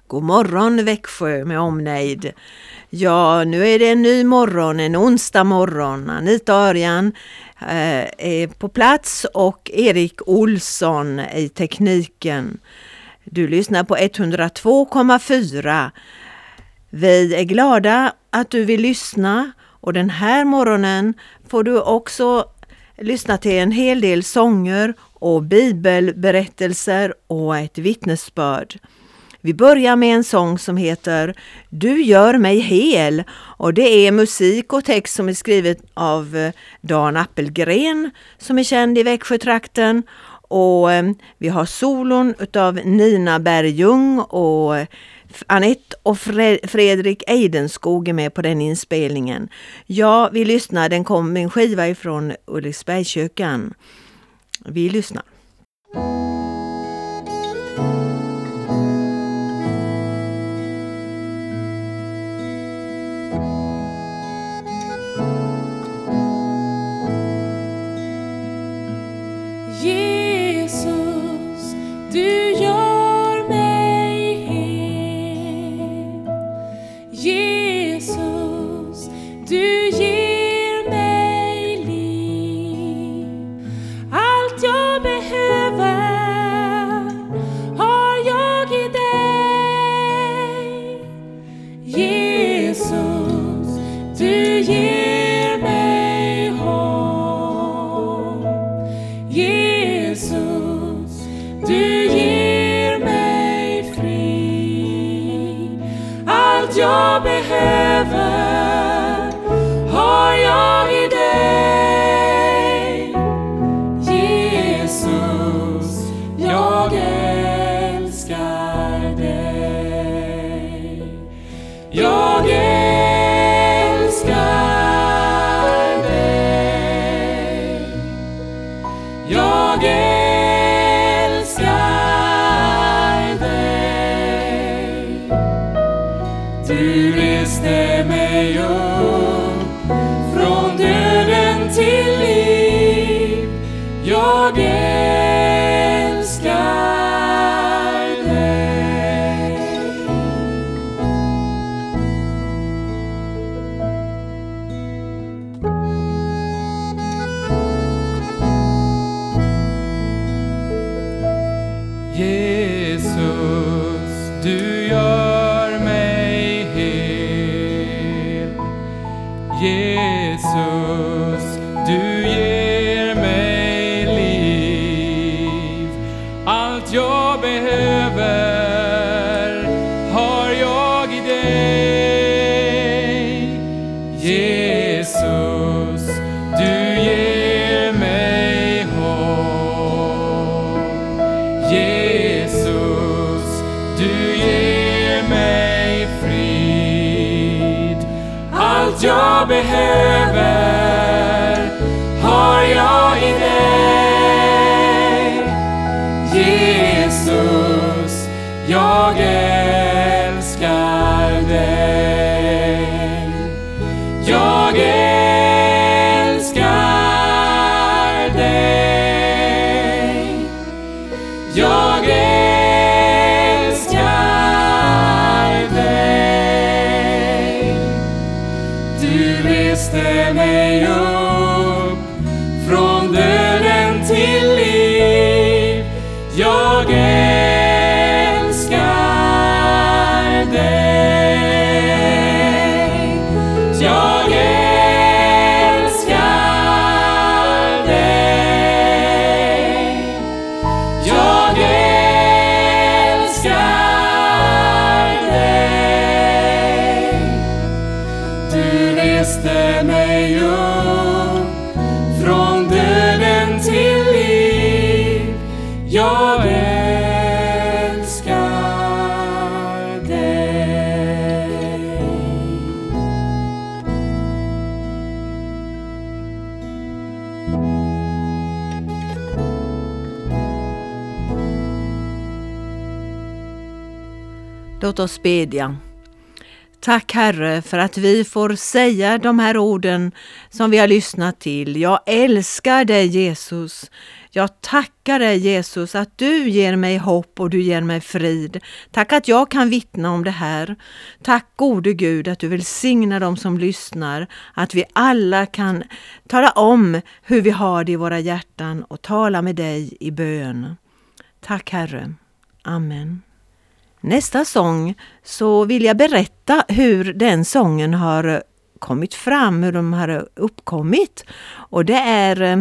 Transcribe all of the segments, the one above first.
God morgon Växjö med omnejd. Ja, nu är det en ny morgon, en onsdag morgon. Anita Örjan är på plats och Erik Olsson i tekniken. Du lyssnar på 102,4. Vi är glada att du vill lyssna, och den här morgonen får du också lyssna till en hel del sånger och bibelberättelser och ett vittnesbörd. Vi börjar med en sång som heter Du gör mig hel, och det är musik och text som är skrivet av Dan Appelgren som är känd i Växjötrakten, och vi har solon utav Nina Bergjung och Anette och Fredrik Eidenskog är med på den inspelningen. Ja, vi lyssnar, den kom med en skiva ifrån Ulriksbergskyrkan. Vi lyssnar. Jesus, du gör mig hel. Jesus, du ger mig liv. Allt jag behöver har jag i dig. Jesus, du ger mig hopp. Jesus, du ger mig frid. Allt jag behöver har jag i dig. Jesus, jag älskar dig. Jag älskar dig. Jag älskar dig. Du reste mig upp från döden till liv. Jag älskar dig. Jesus, du gör mig hel. Jesus, du ger mig liv. Allt jag behöver har jag i dig. Jesus, du ger mig hopp. Jesus, du ger mig frid. Allt jag behöver har jag i dig. Jesus, jag älskar dig. Jag älskar dig. Jag älskar dig. Du reste mig upp från döden till liv. Jag älskar dig. Jag älskar dig. Jag älskar dig. Du reste mig upp från döden till liv. Jag älskar dig. Låt oss bedja. Tack Herre för att vi får säga de här orden som vi har lyssnat till. Jag älskar dig Jesus. Jag tackar dig Jesus att du ger mig hopp och du ger mig frid. Tack att jag kan vittna om det här. Tack gode Gud att du vill signa dem som lyssnar. Att vi alla kan tala om hur vi har det i våra hjärtan och tala med dig i bön. Tack Herre. Amen. Nästa sång så vill jag berätta hur den sången har kommit fram, hur de har uppkommit. Och det är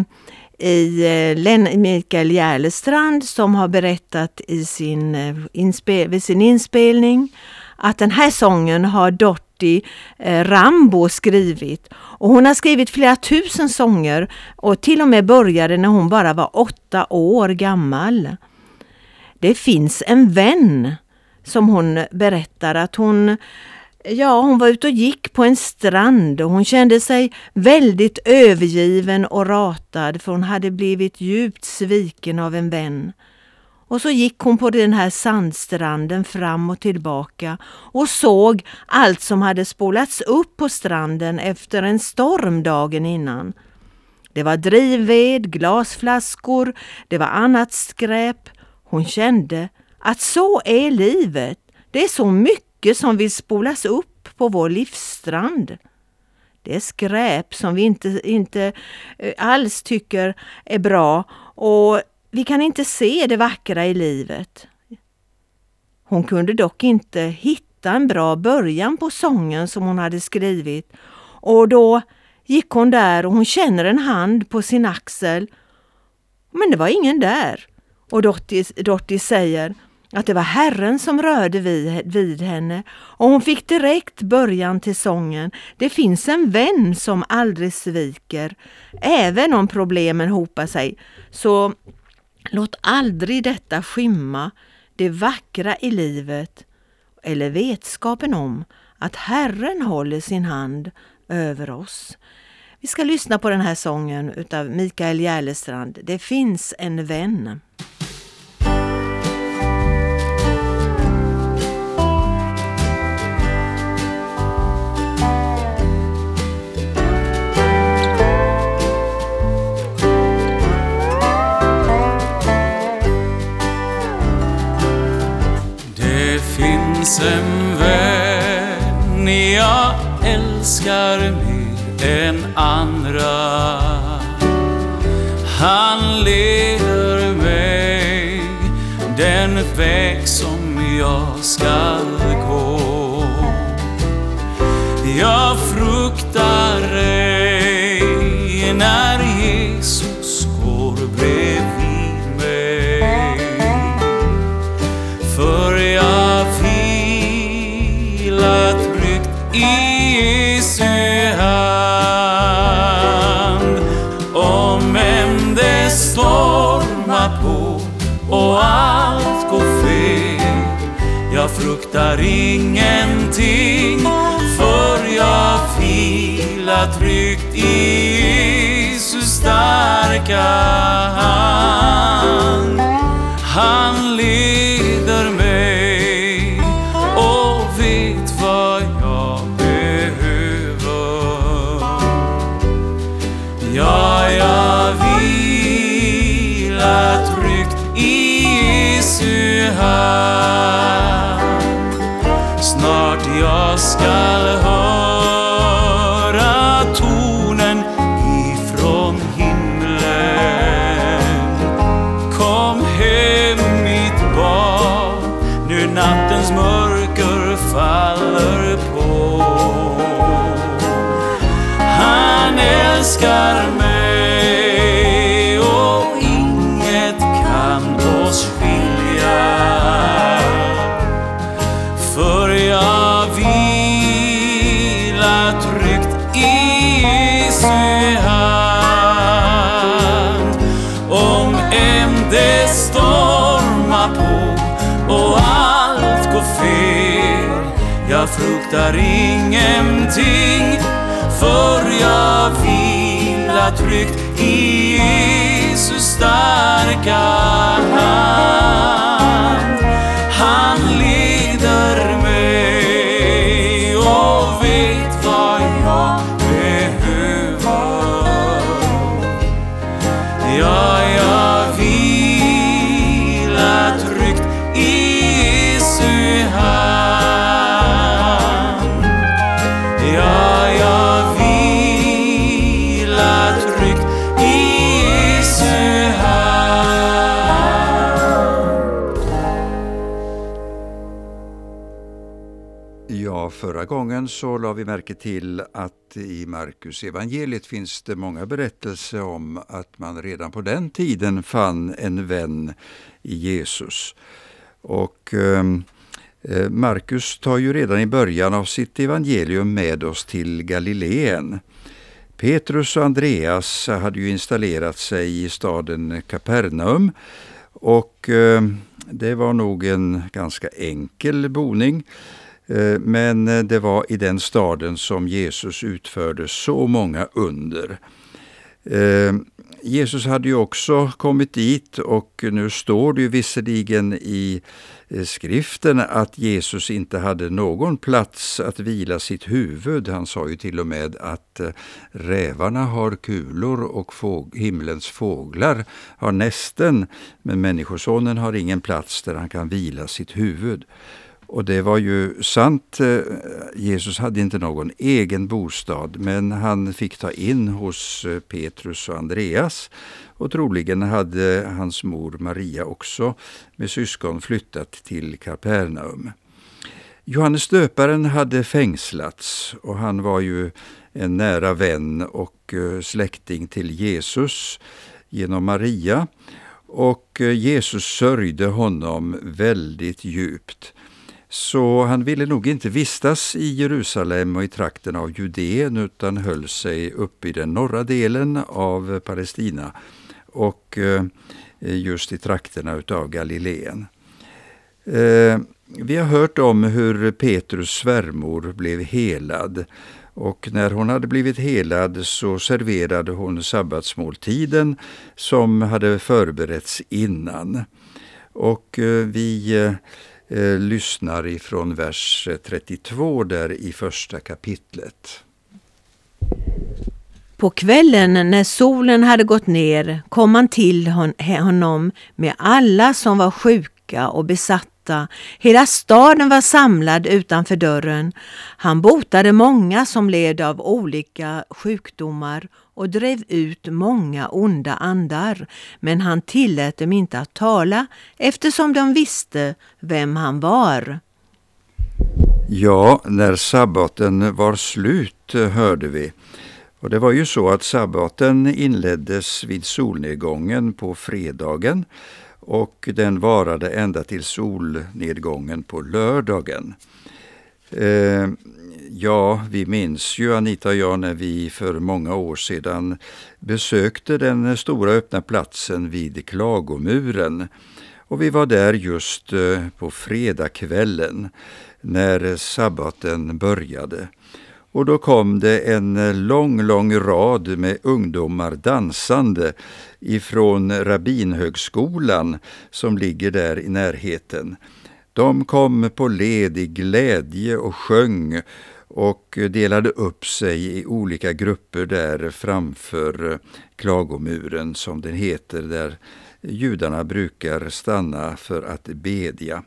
Mikael Järlestrand som har berättat vid sin inspelning att den här sången har Dottie Rambo skrivit. Och hon har skrivit flera tusen sånger och till och med började när hon bara var 8 år gammal. Det finns en vän som hon berättar att hon var ute och gick på en strand och hon kände sig väldigt övergiven och ratad för hon hade blivit djupt sviken av en vän. Och så gick hon på den här sandstranden fram och tillbaka och såg allt som hade spolats upp på stranden efter en storm dagen innan. Det var drivved, glasflaskor, det var annat skräp. Hon kände att så är livet. Det är så mycket som vill spolas upp på vår livsstrand. Det är skräp som vi inte alls tycker är bra och vi kan inte se det vackra i livet. Hon kunde dock inte hitta en bra början på sången som hon hade skrivit och då gick hon där och hon känner en hand på sin axel. Men det var ingen där. Och Dottie säger att det var Herren som rörde vid henne och hon fick direkt början till sången. Det finns en vän som aldrig sviker. Även om problemen hopar sig så låt aldrig detta skymma det vackra i livet eller vetskapen om att Herren håller sin hand över oss. Vi ska lyssna på den här sången utav Mikael Järlestrand. Det finns en vän. Det finns en vän jag älskar mer än andra. Han leder mig den väg som jag ska gå. Jag fruktar ej när Jesus går bredvid mig, för jag vilar tryggt i Jesu hand. Om än det stormar på och allt går fel, jag fruktar ingenting, för jag vilar tryggt i Jesu starka hand. Han leder mig och vet vad jag behöver. Ja, jag vilar tryggt i Jesu hand. Snart jag skall höra tonen ifrån himlen. Kom hem mitt barn, nu nattens mörker faller på. Han älskar mig och inget kan oss skilja, för jag vilar tryggt i Jesu hand. Om än det stormar på och allt går fel, jag fruktar ingenting, för jag vilar tryggt i Jesu starka hand. Han leder mig och vet vad jag behöver. Ja, jag Ja, förra gången så la vi märke till att i Markus evangeliet finns det många berättelser om att man redan på den tiden fann en vän i Jesus. Och Markus tar ju redan i början av sitt evangelium med oss till Galileen. Petrus och Andreas hade ju installerat sig i staden Kapernaum och det var nog en ganska enkel boning. Men det var i den staden som Jesus utförde så många under. Jesus hade ju också kommit dit och nu står det ju visserligen i skriften att Jesus inte hade någon plats att vila sitt huvud. Han sa ju till och med att rävarna har kulor och himlens fåglar har nästen, men människosonen har ingen plats där han kan vila sitt huvud. Och det var ju sant, Jesus hade inte någon egen bostad, men han fick ta in hos Petrus och Andreas, och troligen hade hans mor Maria också med syskon flyttat till Kapernaum. Johannes döparen hade fängslats, och han var ju en nära vän och släkting till Jesus genom Maria, och Jesus sörjde honom väldigt djupt. Så han ville nog inte vistas i Jerusalem och i trakten av Judeen, utan höll sig uppe i den norra delen av Palestina och just i trakterna utav Galileen. Vi har hört om hur Petrus svärmor blev helad, och när hon hade blivit helad så serverade hon sabbatsmåltiden som hade förberetts innan. Och vi lyssnar ifrån vers 32 där i första kapitlet. På kvällen när solen hade gått ner kom han till honom med alla som var sjuka och besatta. Hela staden var samlad utanför dörren. Han botade många som led av olika sjukdomar och drev ut många onda andar, men han tillät dem inte att tala eftersom de visste vem han var. Ja, när sabbaten var slut hörde vi. Och det var ju så att sabbaten inleddes vid solnedgången på fredagen, och den varade ända till solnedgången på lördagen. Ja, vi minns ju, Anita och jag, när vi för många år sedan besökte den stora öppna platsen vid Klagomuren. Och vi var där just på fredagskvällen när sabbaten började. Och då kom det en lång rad med ungdomar dansande ifrån Rabbinhögskolan som ligger där i närheten. De kom på led i glädje och sjöng och delade upp sig i olika grupper där framför Klagomuren, som den heter, där judarna brukar stanna för att bedja.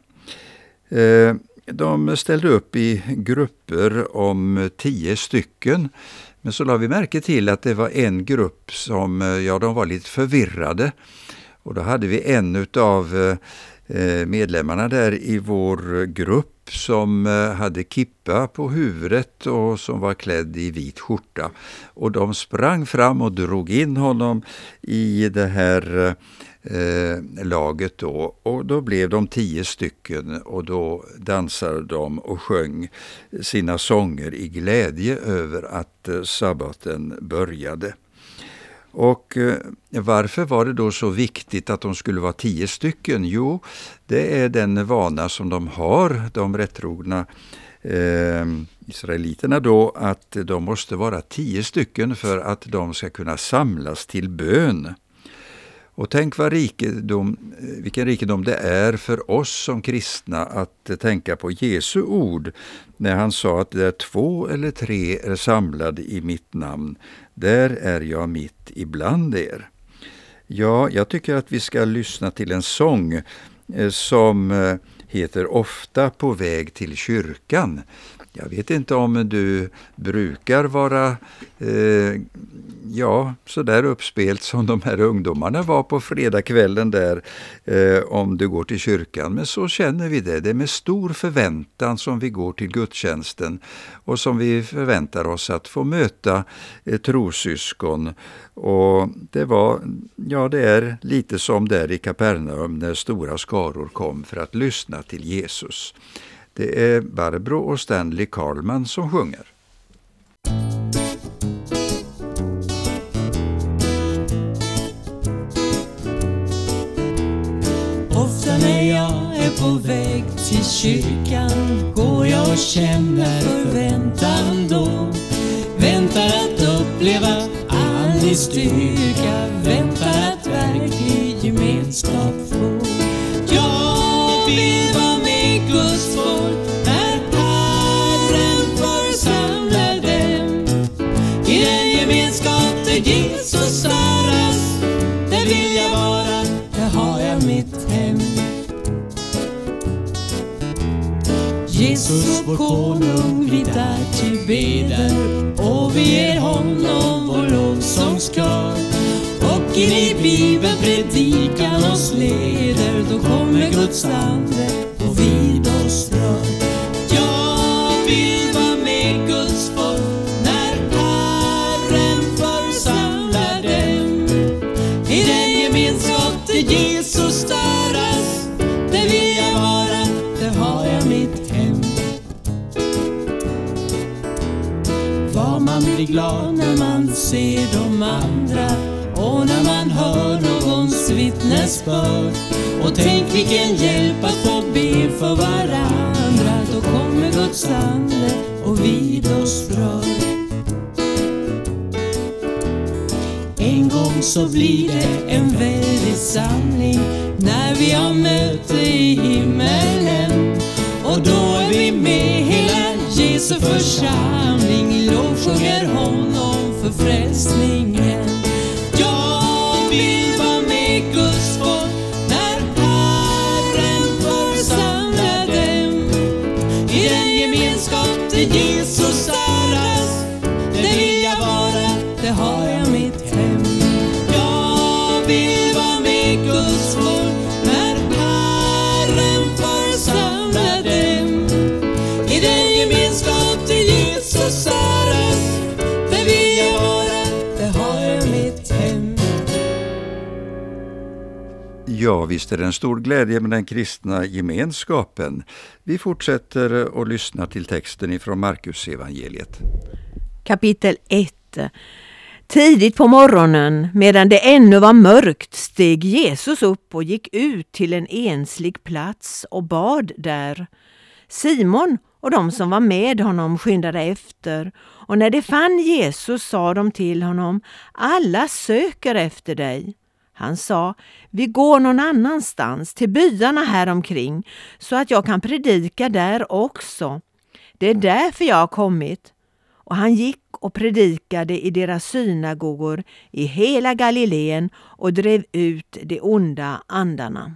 De ställde upp i grupper om 10 stycken, men så la vi märke till att det var en grupp som, de var lite förvirrade. Och då hade vi en utav medlemmarna där i vår grupp som hade kippa på huvudet och som var klädd i vit skjorta. Och de sprang fram och drog in honom i det här laget då, och då blev de 10 stycken, och då dansade de och sjöng sina sånger i glädje över att sabbaten började. Och varför var det då så viktigt att de skulle vara 10 stycken? Jo, det är den vana som de har, de rättrogna israeliterna då, att de måste vara 10 stycken för att de ska kunna samlas till bön. Och tänk vilken rikedom det är för oss som kristna att tänka på Jesu ord när han sa att där 2 eller 3 är samlade i mitt namn, där är jag mitt ibland er. Ja, jag tycker att vi ska lyssna till en sång som heter Ofta på väg till kyrkan. Jag vet inte om du brukar vara så där uppspelt som de här ungdomarna var på fredagskvällen där, om du går till kyrkan. Men så känner vi det. Det är med stor förväntan som vi går till gudstjänsten och som vi förväntar oss att få möta trossyskon. Och det är lite som där i Kapernaum när stora skaror kom för att lyssna till Jesus. Det är Barbro och Stanley Karlman som sjunger. Ofta när jag är på väg till kyrkan går jag och känner förväntan då. Väntar att uppleva andlig styrka, väntar att verklig gemenskap få. Jag vill vara med Guds folk när Herren församlar dem. I den gemenskap där Jesus störas, där vill jag vara, där har jag mitt hem. Jesus vår konung, vi därtill beder, och vi ger honom vår lovsångskör. Och in i Bibeln predikan oss leder, då kommer Guds ande och vid oss rör. Jag vill vara med Guds folk när Herren församlar dem. I den gemenskap där Jesus störas, där vill jag vara, där har jag mitt hem. Var man blir glad när man ser de andra, och när man hör någons vittnesbörd. Och tänk vilken hjälp att få be för varandra, då kommer Guds ande och vid oss rör. En gång så blir det en väldig samling när vi har möte i himmelen. Och då är vi med hela Jesu församling, lovsjunger honom för frälsningen. Jag vill vara med Guds folk när Herren församlar dem. I den gemenskap där Jesus störas, där vill jag vara, där har jag mitt hem. Jag vill vara med Guds folk när Herren församlar dem. I den gemenskap där Jesus störas, där vill jag vara, där har jag mitt hem. Ja, visst är det en stor glädje med den kristna gemenskapen. Vi fortsätter att lyssna till texten ifrån Markus evangeliet. Kapitel 1. Tidigt på morgonen, medan det ännu var mörkt, steg Jesus upp och gick ut till en enslig plats och bad där. Simon och de som var med honom skyndade efter, och när de fann Jesus sa de till honom: alla söker efter dig. Han sa: vi går någon annanstans, till byarna här omkring, så att jag kan predika där också. Det är därför jag har kommit. Och han gick och predikade i deras synagogor i hela Galileen och drev ut de onda andarna.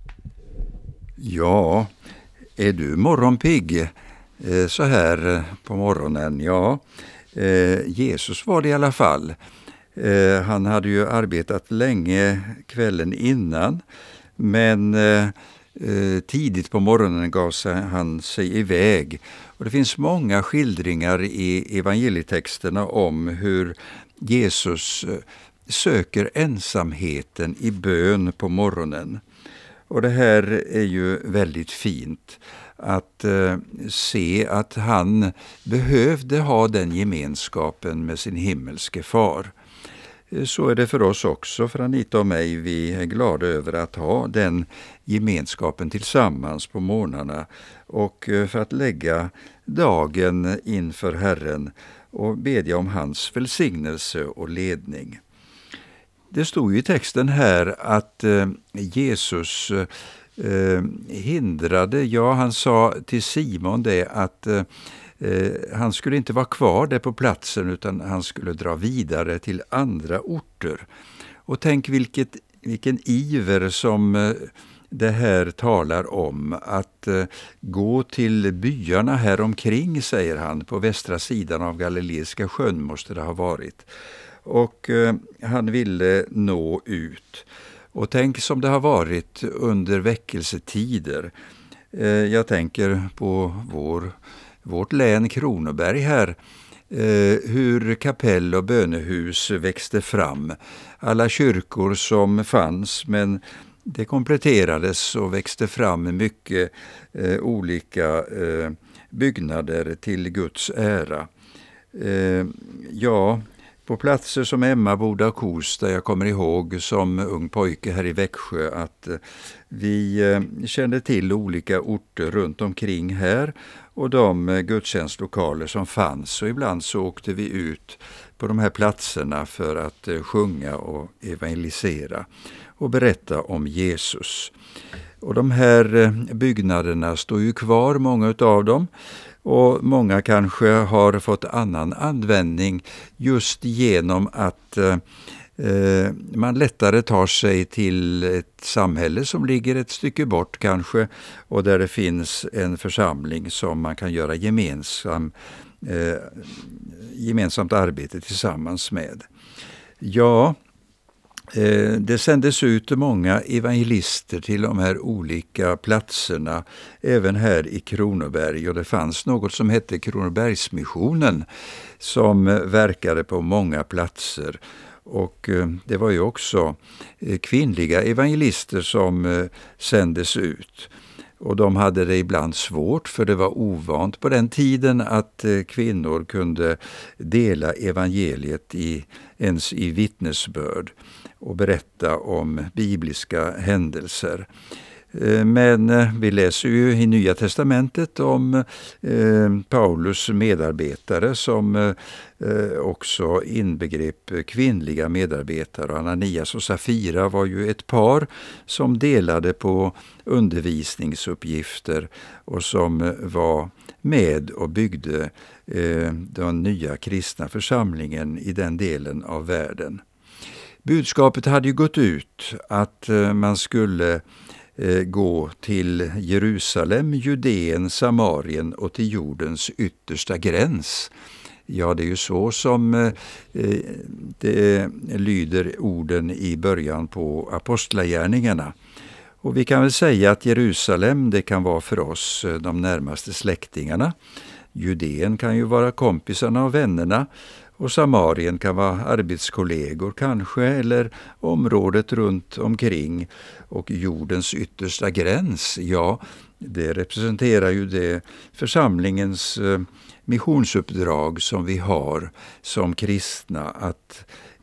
Ja, är du morgonpigg så här på morgonen? Ja, Jesus var det i alla fall. Han hade ju arbetat länge kvällen innan, men tidigt på morgonen gav han sig iväg. Och det finns många skildringar i evangelietexterna om hur Jesus söker ensamheten i bön på morgonen. Och det här är ju väldigt fint att se att han behövde ha den gemenskapen med sin himmelske far. Så är det för oss också, för Anita och mig. Vi är glada över att ha den gemenskapen tillsammans på morgnarna och för att lägga dagen inför Herren och bedja om hans välsignelse och ledning. Det stod ju i texten här att Jesus hindrade, han sa till Simon det att han skulle inte vara kvar där på platsen, utan han skulle dra vidare till andra orter. Och tänk vilken iver som det här talar om att gå till byarna här omkring, säger han, på västra sidan av Galileiska sjön måste det ha varit. Och han ville nå ut. Och tänk som det har varit under väckelsetider. Jag tänker på vårt län Kronoberg här, hur kapell och bönehus växte fram. Alla kyrkor som fanns, men det kompletterades och växte fram mycket olika byggnader till Guds ära. På platser som Emmaboda och Kos, där jag kommer ihåg som ung pojke här i Växjö att vi kände till olika orter runt omkring här och de gudstjänstlokaler som fanns, och ibland så åkte vi ut på de här platserna för att sjunga och evangelisera och berätta om Jesus. Och de här byggnaderna står ju kvar, många av dem. Och många kanske har fått annan användning just genom att man lättare tar sig till ett samhälle som ligger ett stycke bort kanske, och där det finns en församling som man kan göra gemensamt arbete tillsammans med. Det sändes ut många evangelister till de här olika platserna, även här i Kronoberg, och det fanns något som hette Kronobergsmissionen som verkade på många platser. Och det var ju också kvinnliga evangelister som sändes ut. Och de hade det ibland svårt, för det var ovant på den tiden att kvinnor kunde dela evangeliet ens i vittnesbörd och berätta om bibliska händelser. Men vi läser ju i Nya testamentet om Paulus medarbetare som också inbegrep kvinnliga medarbetare. Ananias och Safira var ju ett par som delade på undervisningsuppgifter och som var med och byggde den nya kristna församlingen i den delen av världen. Budskapet hade ju gått ut att man skulle gå till Jerusalem, Judeen, Samarien och till jordens yttersta gräns. Ja, det är ju så som det lyder orden i början på apostlagärningarna. Och vi kan väl säga att Jerusalem, det kan vara för oss de närmaste släktingarna. Judeen kan ju vara kompisarna och vännerna. Och Samarien kan vara arbetskollegor kanske, eller området runt omkring. Och jordens yttersta gräns, ja, det representerar ju det församlingens missionsuppdrag som vi har som kristna, att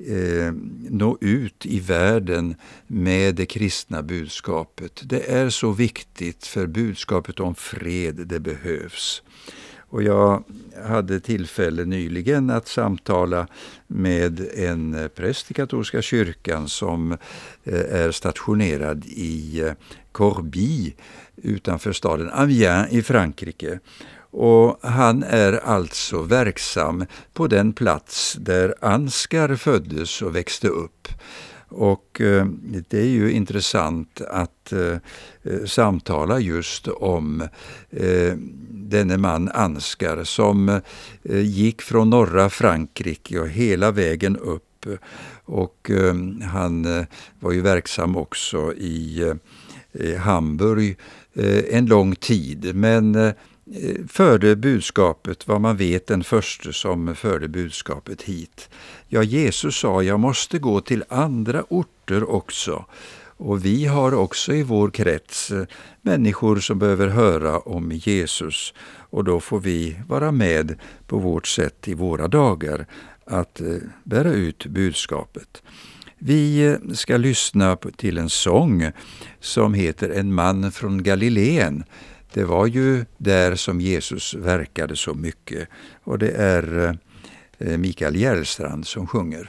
nå ut i världen med det kristna budskapet. Det är så viktigt, för budskapet om fred, det behövs. Och jag hade tillfälle nyligen att samtala med en präst i katolska kyrkan som är stationerad i Corbie utanför staden Amiens i Frankrike. Och han är alltså verksam på den plats där Ansgar föddes och växte upp. Och det är ju intressant att samtala just om denne man Ansgar som gick från norra Frankrike och hela vägen upp. Och han var ju verksam också i Hamburg en lång tid, men förde budskapet, vad man vet, den första som förde budskapet hit. Ja, Jesus sa, jag måste gå till andra orter också. Och vi har också i vår krets människor som behöver höra om Jesus. Och då får vi vara med på vårt sätt i våra dagar att bära ut budskapet. Vi ska lyssna till en sång som heter En man från Galileen. Det var ju där som Jesus verkade så mycket, och det är Mikael Järlstrand som sjunger.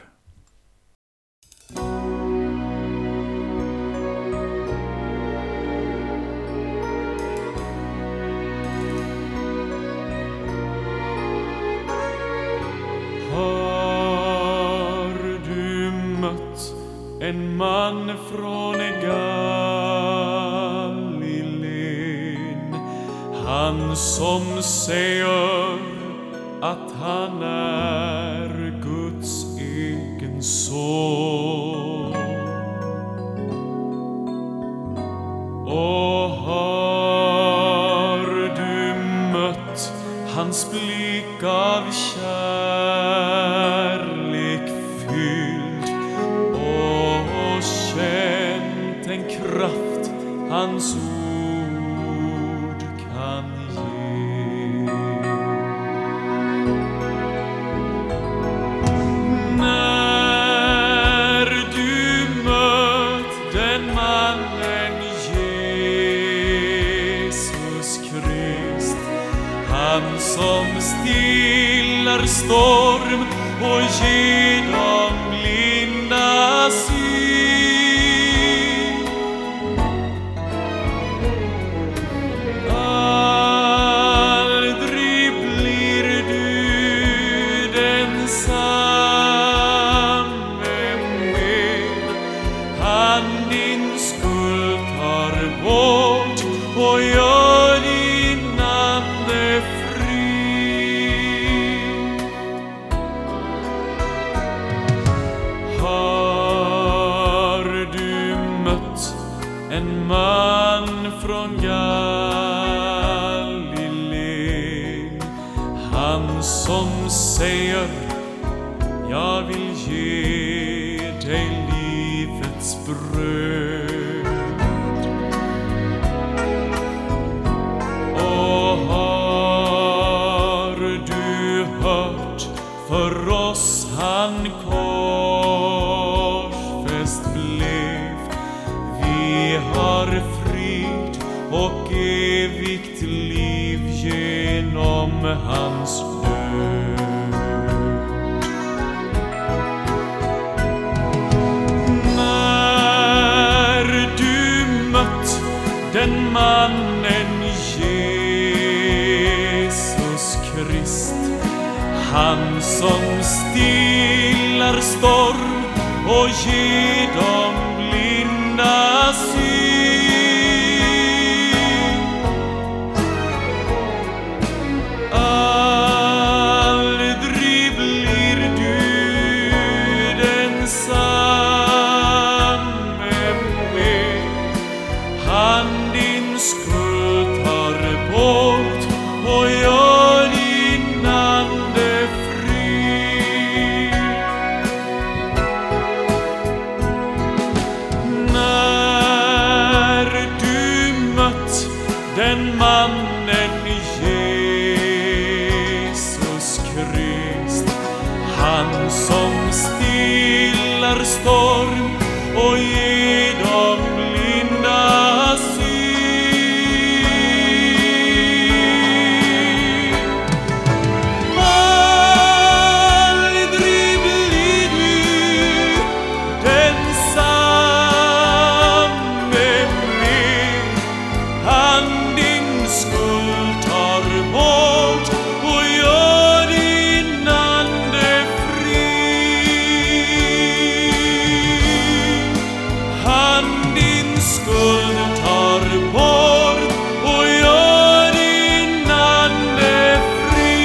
Har du mött en man från Galileen? Han som säger att han är Guds egen son. Och har du mött hans blick av kärlek fylld och känt en kraft hans ord kan ge? När du mött den mannen Jesus Krist, han som stillar storm och ger de blinda syn. Aldrig blir du densamme mer. Han din skuld tar bort och gör din ande fri. Har du mött en man från Galileen, han som säger jag vill ge dig livets bröd? Och har du hört för oss han korsfäst blev? Vi har frid och evigt liv genom hans död. När du mött den mannen Jesus Krist, han som stillar storm och ger de blinda syn. Aldrig blir du densamme mer. Han din skuld tar bort och gör din ande fri. När du mött den mannen Jesus Krist, han som stillar storm och ger de blinda syn. Aldrig blir du densamme mer. Han din skuld tar bort och gör din ande fri. Han din skuld tar bort och gör din ande fri.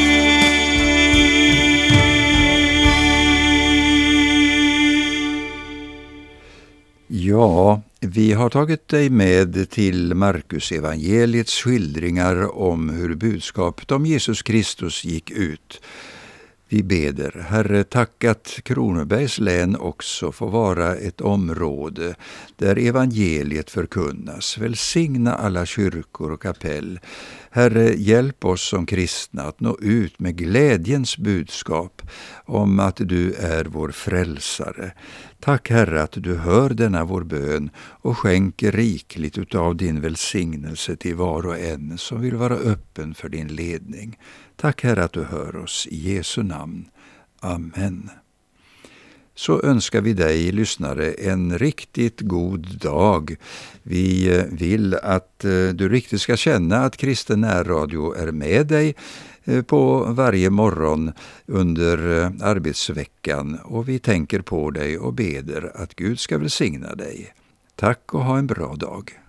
Ja, vi har tagit dig med till Markus evangeliets skildringar om hur budskapet om Jesus Kristus gick ut. Vi beder, Herre, tack att Kronobergs län också får vara ett område där evangeliet förkunnas. Välsigna alla kyrkor och kapell. Herre, hjälp oss som kristna att nå ut med glädjens budskap om att du är vår frälsare. Tack, Herre, att du hör denna vår bön och skänker rikligt utav din välsignelse till var och en som vill vara öppen för din ledning. Tack, Herre, att du hör oss. I Jesu namn. Amen. Så önskar vi dig, lyssnare, en riktigt god dag. Vi vill att du riktigt ska känna att Kristen närradio är med dig på varje morgon under arbetsveckan, och vi tänker på dig och beder att Gud ska välsigna dig. Tack och ha en bra dag.